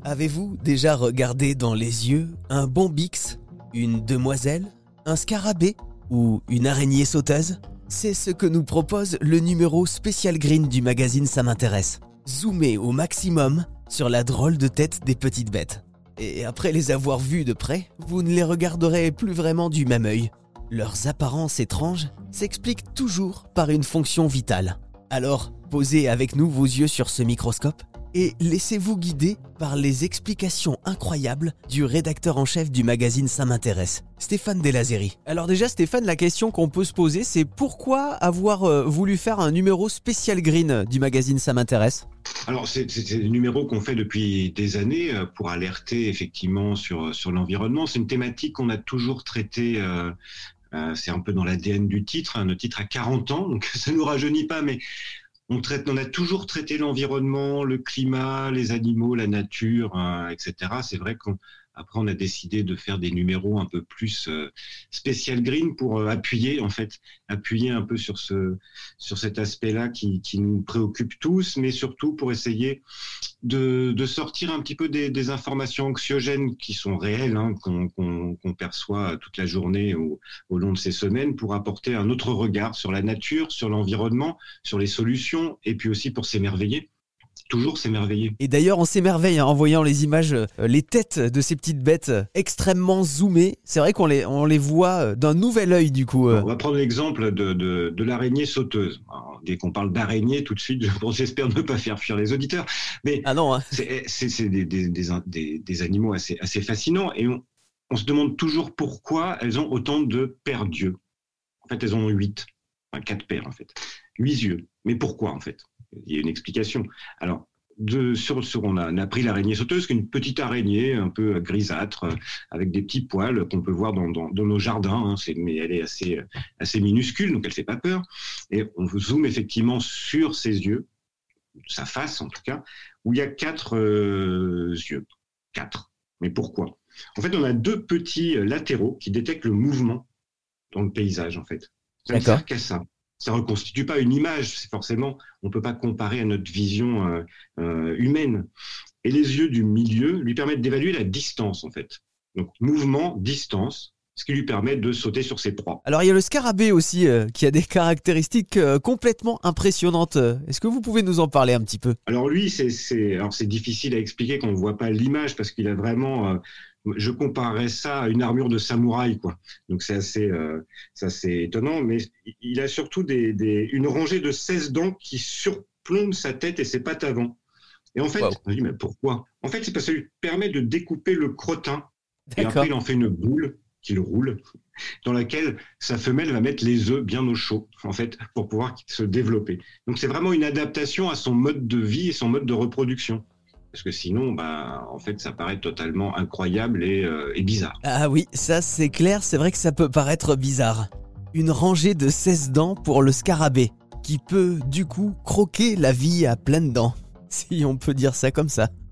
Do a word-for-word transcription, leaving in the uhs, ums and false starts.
Avez-vous déjà regardé dans les yeux un Bombyx, une demoiselle, un scarabée ou une araignée sauteuse? C'est ce que nous propose le numéro Special Green du magazine Ça m'intéresse. Zoomez au maximum sur la drôle de tête des petites bêtes. Et après les avoir vues de près, vous ne les regarderez plus vraiment du même œil. Leurs apparences étranges s'expliquent toujours par une fonction vitale. Alors, posez avec nous vos yeux sur ce microscope et laissez-vous guider par les explications incroyables du rédacteur en chef du magazine Ça m'intéresse, Stéphane Delazérie. Alors déjà Stéphane, la question qu'on peut se poser, c'est pourquoi avoir euh, voulu faire un numéro spécial green du magazine Ça m'intéresse? Alors c'est, c'est, c'est des numéros qu'on fait depuis des années pour alerter effectivement sur, sur l'environnement. C'est une thématique qu'on a toujours traitée, euh, euh, c'est un peu dans l'A D N du titre, hein. Notre titre a quarante ans, donc ça ne nous rajeunit pas, mais On, traite, on a toujours traité l'environnement, le climat, les animaux, la nature, euh, et cetera. C'est vrai qu'après, on a décidé de faire des numéros un peu plus euh, spécial green pour euh, appuyer, en fait, appuyer un peu sur ce, sur cet aspect-là qui, qui nous préoccupe tous, mais surtout pour essayer de, de sortir un petit peu des, des informations anxiogènes qui sont réelles, hein, qu'on, qu'on, qu'on perçoit toute la journée au, au long de ces semaines, pour apporter un autre regard sur la nature, sur l'environnement, sur les solutions, et puis aussi pour s'émerveiller. Toujours s'émerveiller. Et d'ailleurs, on s'émerveille hein, en voyant les images, euh, les têtes de ces petites bêtes euh, extrêmement zoomées. C'est vrai qu'on les, on les voit euh, d'un nouvel œil du coup. Euh. On va prendre l'exemple de, de, de l'araignée sauteuse. Alors, dès qu'on parle d'araignée, tout de suite, j'espère ne pas faire fuir les auditeurs. Mais ah non, hein. c'est, c'est, c'est des, des, des, des animaux assez, assez fascinants et on, on se demande toujours pourquoi elles ont autant de paires d'yeux. En fait, elles en ont huit, enfin quatre paires en fait, huit yeux. Mais pourquoi en fait? Il y a une explication. Alors, de, sur, sur, on, a, on a pris l'araignée sauteuse, qui est une petite araignée un peu grisâtre, euh, avec des petits poils qu'on peut voir dans, dans, dans nos jardins. Hein, c'est, mais elle est assez, assez minuscule, donc elle ne fait pas peur. Et on zoome effectivement sur ses yeux, sa face en tout cas, où il y a quatre euh, yeux. Quatre. Mais pourquoi? En fait, on a deux petits latéraux qui détectent le mouvement dans le paysage, en fait. Ça ne sert qu'à ça. Ça ne reconstitue pas une image, c'est forcément, on ne peut pas comparer à notre vision euh, euh, humaine. Et les yeux du milieu lui permettent d'évaluer la distance, en fait. Donc, mouvement, distance, ce qui lui permet de sauter sur ses proies. Alors, il y a le scarabée aussi, euh, qui a des caractéristiques euh, complètement impressionnantes. Est-ce que vous pouvez nous en parler un petit peu? Alors, lui, c'est, c'est, alors c'est difficile à expliquer quand on ne voit pas l'image, parce qu'il a vraiment... Euh, je comparerais ça à une armure de samouraï, quoi. Donc c'est assez, euh, c'est assez étonnant, mais il a surtout des, des, une rangée de seize dents qui surplombent sa tête et ses pattes avant. Et en fait, wow. On dit, mais pourquoi? En fait, c'est parce que ça lui permet de découper le crottin. D'accord. Et après, il en fait une boule qu'il roule, dans laquelle sa femelle va mettre les œufs bien au chaud, en fait, pour pouvoir se développer. Donc c'est vraiment une adaptation à son mode de vie et son mode de reproduction. Parce que sinon, bah, en fait, ça paraît totalement incroyable et, euh, et bizarre. Ah oui, ça c'est clair, c'est vrai que ça peut paraître bizarre. Une rangée de seize dents pour le scarabée, qui peut du coup croquer la vie à pleines dents, si on peut dire ça comme ça.